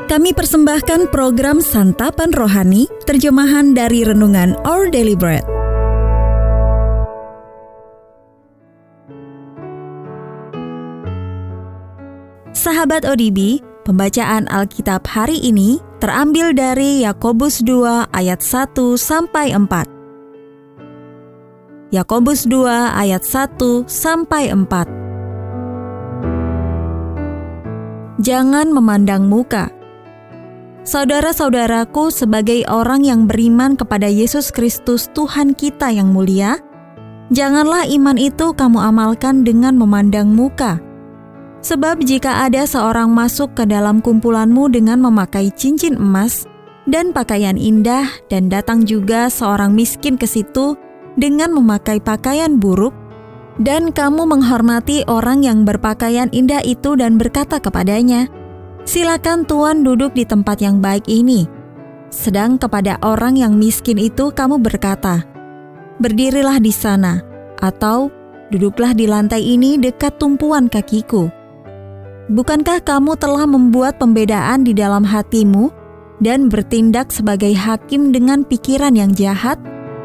Kami persembahkan program Santapan Rohani, terjemahan dari Renungan Our Daily Bread. Sahabat ODB, pembacaan Alkitab hari ini terambil dari Yakobus 2 ayat 1-4. Yakobus 2 ayat 1-4. Jangan memandang muka. Saudara-saudaraku, sebagai orang yang beriman kepada Yesus Kristus Tuhan kita yang mulia, janganlah iman itu kamu amalkan dengan memandang muka. Sebab jika ada seorang masuk ke dalam kumpulanmu dengan memakai cincin emas dan pakaian indah, dan datang juga seorang miskin ke situ dengan memakai pakaian buruk, dan kamu menghormati orang yang berpakaian indah itu dan berkata kepadanya, "Silakan Tuan duduk di tempat yang baik ini." Sedang kepada orang yang miskin itu kamu berkata, "Berdirilah di sana," atau "Duduklah di lantai ini dekat tumpuan kakiku." Bukankah kamu telah membuat pembedaan di dalam hatimu dan bertindak sebagai hakim dengan pikiran yang jahat?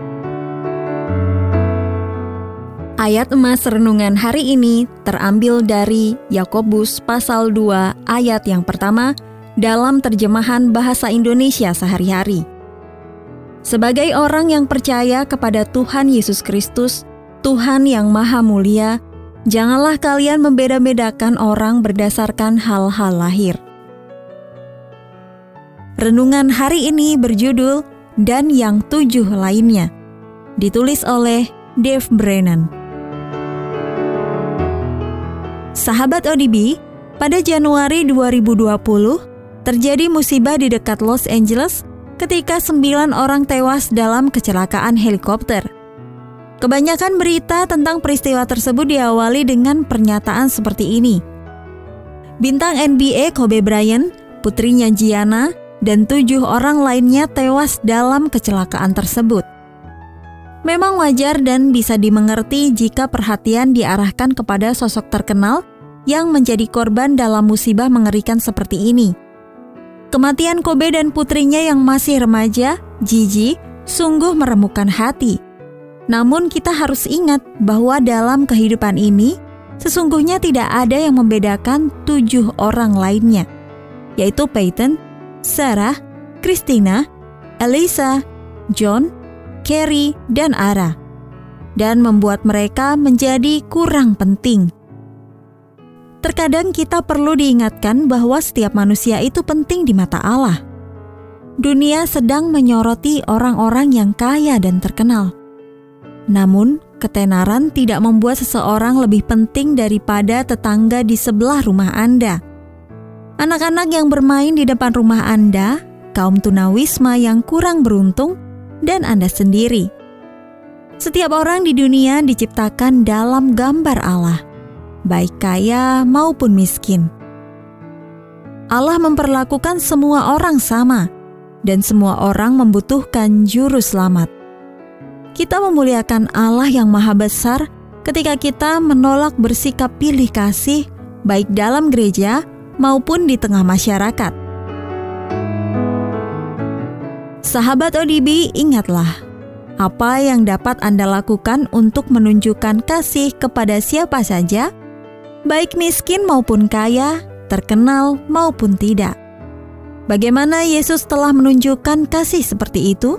Ayat emas renungan hari ini terambil dari Yakobus pasal 2 ayat yang pertama dalam terjemahan bahasa Indonesia sehari-hari. Sebagai orang yang percaya kepada Tuhan Yesus Kristus, Tuhan yang Maha Mulia, janganlah kalian membeda-bedakan orang berdasarkan hal-hal lahir. Renungan hari ini berjudul "Dan yang 7 lainnya", ditulis oleh Dave Brennan. Sahabat ODB, pada Januari 2020, terjadi musibah di dekat Los Angeles ketika 9 orang tewas dalam kecelakaan helikopter. Kebanyakan berita tentang peristiwa tersebut diawali dengan pernyataan seperti ini. Bintang NBA Kobe Bryant, putrinya Gianna, dan 7 orang lainnya tewas dalam kecelakaan tersebut. Memang wajar dan bisa dimengerti jika perhatian diarahkan kepada sosok terkenal yang menjadi korban dalam musibah mengerikan seperti ini. Kematian Kobe dan putrinya yang masih remaja, Gigi, sungguh meremukkan hati. Namun kita harus ingat bahwa dalam kehidupan ini, sesungguhnya tidak ada yang membedakan 7 orang lainnya, yaitu Peyton, Sarah, Christina, Elisa, John, Carrie, dan Ara, dan membuat mereka menjadi kurang penting. Terkadang kita perlu diingatkan bahwa setiap manusia itu penting di mata Allah. Dunia sedang menyoroti orang-orang yang kaya dan terkenal. Namun, ketenaran tidak membuat seseorang lebih penting daripada tetangga di sebelah rumah Anda. Anak-anak yang bermain di depan rumah Anda, kaum tunawisma yang kurang beruntung, dan Anda sendiri. Setiap orang di dunia diciptakan dalam gambar Allah, baik kaya maupun miskin. Allah memperlakukan semua orang sama, dan semua orang membutuhkan juru selamat. Kita memuliakan Allah yang Maha Besar ketika kita menolak bersikap pilih kasih, baik dalam gereja maupun di tengah masyarakat. Sahabat ODB, ingatlah, apa yang dapat Anda lakukan untuk menunjukkan kasih kepada siapa saja, baik miskin maupun kaya, terkenal maupun tidak. Bagaimana Yesus telah menunjukkan kasih seperti itu?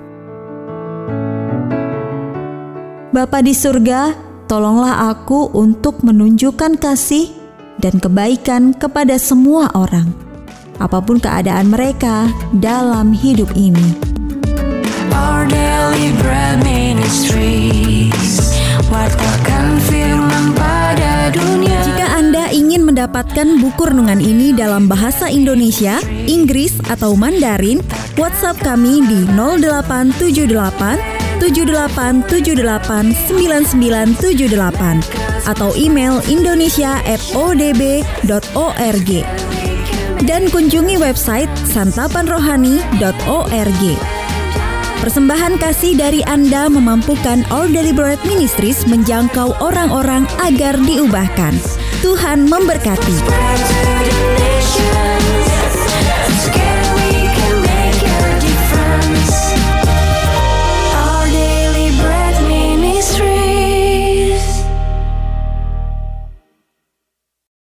Bapa di surga, tolonglah aku untuk menunjukkan kasih dan kebaikan kepada semua orang, apapun keadaan mereka dalam hidup ini. Our Daily Bread Ministries, wartakan firman pada dunia. Jika Anda ingin mendapatkan buku renungan ini dalam bahasa Indonesia, Inggris, atau Mandarin, WhatsApp kami di 0878 7878 9978 atau email indonesia@odb.org, dan kunjungi website santapanrohani.org. Persembahan kasih dari Anda memampukan Our Daily Bread Ministries menjangkau orang-orang agar diubahkan. Tuhan memberkati.